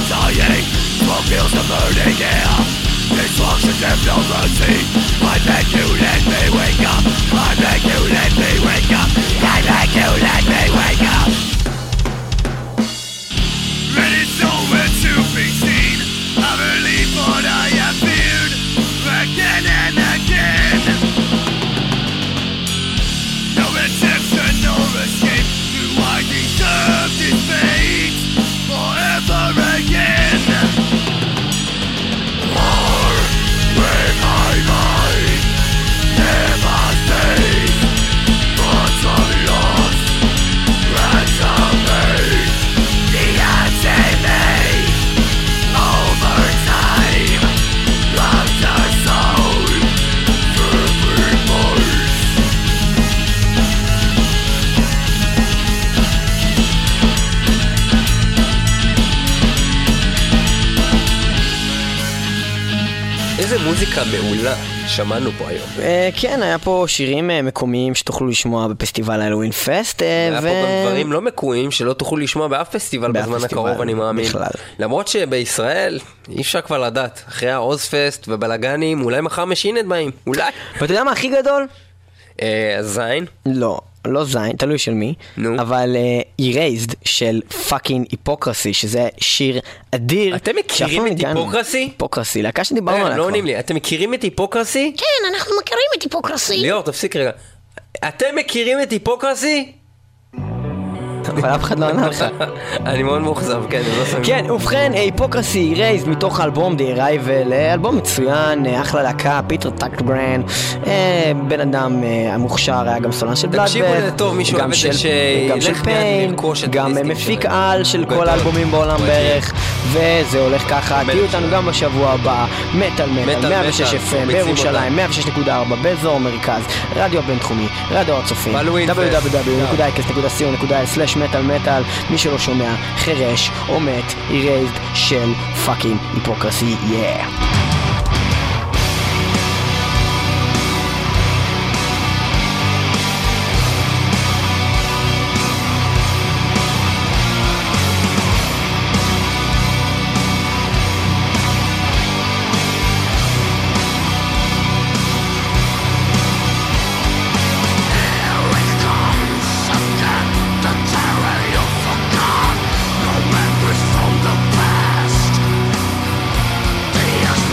dying, smoke fills the burning air. Destruction's have no mercy. I beg you, let me wake up. I beg you, let me wake up. I beg you, let me wake up. There is nowhere to be seen. I believe what I have feared again and again. No redemption, no escape. Do I deserve this fate forever again? War with my mind, never stay. Thoughts of loss, ransom made. The ultimate over time. Love the soul through remorse. איזה מוזיקה מעולה שמענו פה היום. אה, כן, היה פה שירים אה, מקומיים שתוכלו לשמוע בפסטיבל הלווין פסט. אה, היה ו- פה גם דברים לא מקויים שלא תוכלו לשמוע באף פסטיבל באף בזמן פסטיבל, הקרוב, אני מאמין. בכלל. למרות שבישראל אי אפשר כבר לדעת. אחרי העוז פסט ובלגנים, אולי מחר משינט באים. אולי. ואתה יודע מה הכי גדול? אה, זין. לא, לא זין, תלוי של מי, נו. אבל uh, Erased של פאקינג היפוקרסי, שזה שיר אדיר. אתם מכירים את היפוקרסי? היפוקרסי, להקה שדיברנו אה, עליה לא כבר. עונים לי. אתם מכירים את היפוקרסי? כן, אנחנו מכירים את היפוקרסי. ליאור, תפסיק רגע. אתם מכירים את היפוקרסי? אבל אף אחד לא ענה לך. אני מאוד מאוכזב, כן, אני לא שמים. כן, ובכן, היפוקרסי Erased מתוך האלבום The Arrival, אה, אלבום מצוין, אה, אחלה להקה, פיטר טאקגרן, אה, בן אדם אה, המוכשר, היה גם סולן של בלאדבט, תקשיבו לזה טוב, מישהו אוהב את זה גם של שילך מיד פיין, לרכוש את גם אה, הליסטים מפיק שלהם. על של כל גדול. האלבומים בעולם מדהים. בערך, וזה הולך ככה, באמת. תהיו איתנו גם בשבוע הבא, מטל מטל, מטל, מאה ושש מטל, אף אם מרביצים בירושלים, מאה ושש נקודה ארבע באזור מרכז, רדיו בינתחומי, רדיו הצופים, בלווין דאבליו פסט. דאבליו דאבליו נקודה אייקס נקודה סי או נקודה איי סלאש מטל מטל, מי שלא שומע, חרש או מת, Erased של פאקינג היפוקרסי, yeah. Memories from the past. They are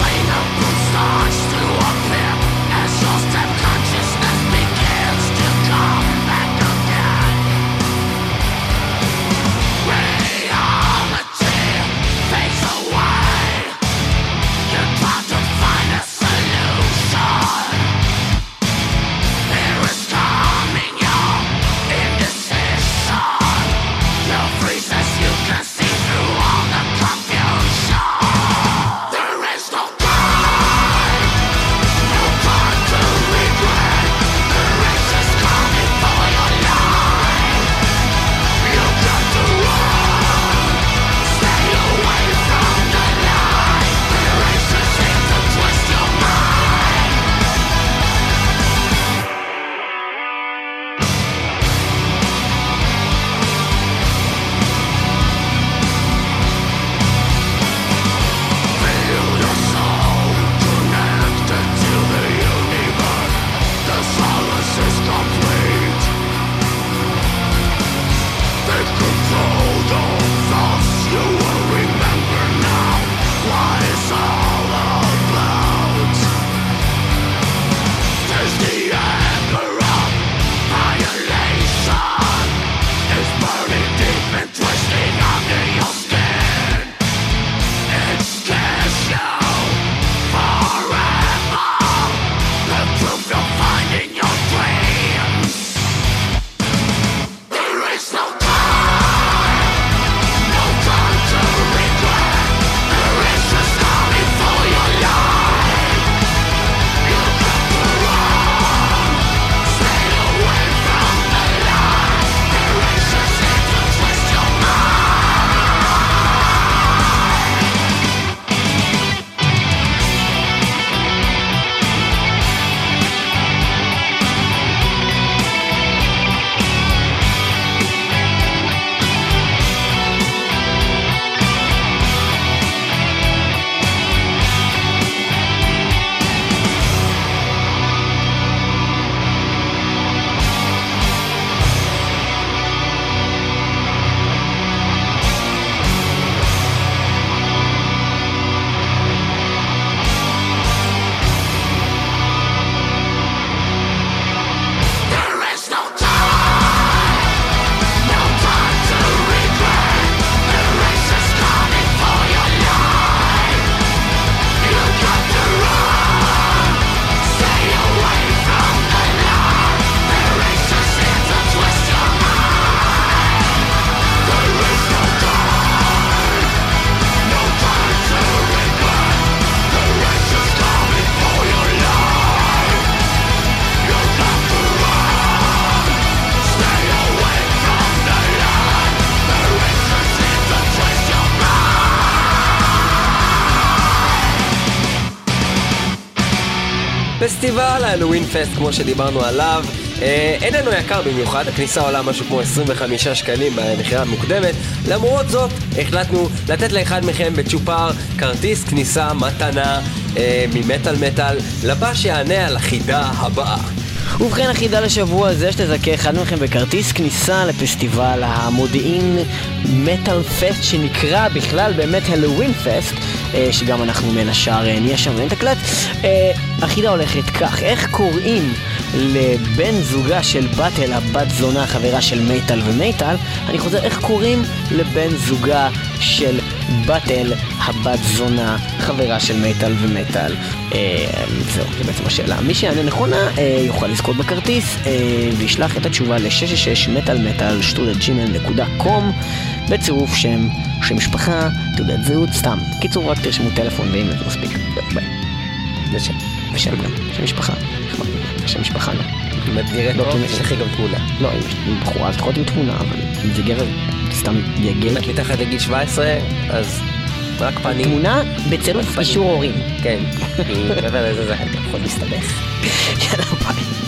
פסטיבל ההלווין פסט כמו שדיברנו עליו אה, איננו יקר במיוחד, הכניסה עולה משהו כמו עשרים וחמישה שקלים במחירה המוקדמת. למרות זאת החלטנו לתת לאחד מכם בצ'ופר כרטיס כניסה מתנה אה, ממטל מטל לבא שיענה על החידה הבאה. ובכן, החידה לשבוע הזה שתזכה אחד מכם בכרטיס כניסה לפסטיבל המודיעין מטל פסט שנקרא בכלל באמת הלווין פסט, שגם אנחנו מן השאר נהיה שם ונתקלט. החידה הולכת כך: איך קוראים לבן זוגה של באטל, הבת זונה, חברה של מייטל ומייטל? אני חוזר, איך קוראים לבן זוגה של באטל, הבת זונה, חברה של מייטל ומייטל? זהו, זה בעצם השאלה. מי שיענה נכונה יוכל לזכות בכרטיס וישלח את התשובה ל-שש שש שש מטל מטל שטרודל ג'ימייל דוט קום בצירוף שם, שם משפחה, תעודת זהות, סתם. קיצור, רק תרשמו טלפון ואם זה מספיק. ביי. ושם. ושם גם. שם משפחה. שם משפחה לא. אם את נראית טוב, יש לך גם תמונה. לא, אם יש בחורה, אז תחות עם תמונה, אבל אם זה גבר, סתם יגל. אם את מתחת לגיל שבע עשרה, אז רק פנים. תמונה בצירוף אישור הורים. כן. כי מעבר לזה זה יכול להסתבך. יאללה, ביי.